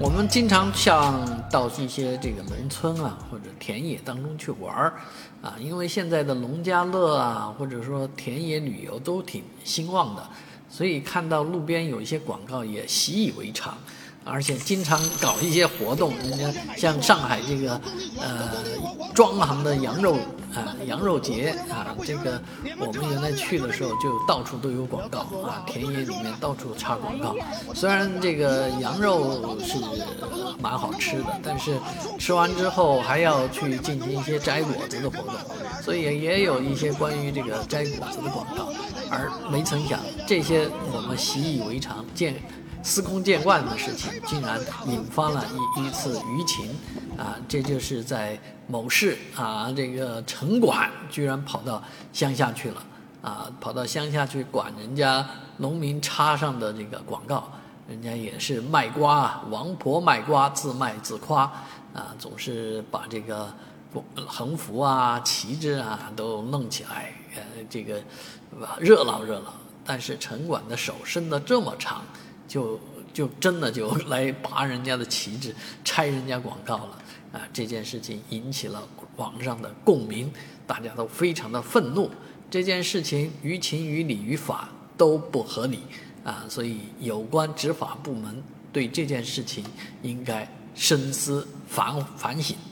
我们经常到一些这个农村啊或者田野当中去玩啊，因为现在的农家乐啊或者说田野旅游都挺兴旺的，所以看到路边有一些广告也习以为常，而且经常搞一些活动。人家像上海这个庄行的羊肉节啊，这个我们原来去的时候就到处都有广告啊，田野里面到处插广告。虽然这个羊肉是蛮好吃的，但是吃完之后还要去进行一些摘果子的活动，所以也有一些关于这个摘果子的广告。而没曾想，这些我们习以为常、司空见惯的事情，竟然引发了一次舆情啊！这就是在某市啊，这个城管居然跑到乡下去了啊，跑到乡下去管人家农民插上的这个广告。人家也是卖瓜啊，王婆卖瓜，自卖自夸啊，总是把这个横幅啊、旗帜啊都弄起来，这个热闹热闹。但是城管的手伸得这么长，就真的就来拔人家的旗帜，拆人家广告了啊！这件事情引起了网上的共鸣，大家都非常的愤怒。这件事情于情于理于法都不合理啊，所以有关执法部门对这件事情应该深思反省。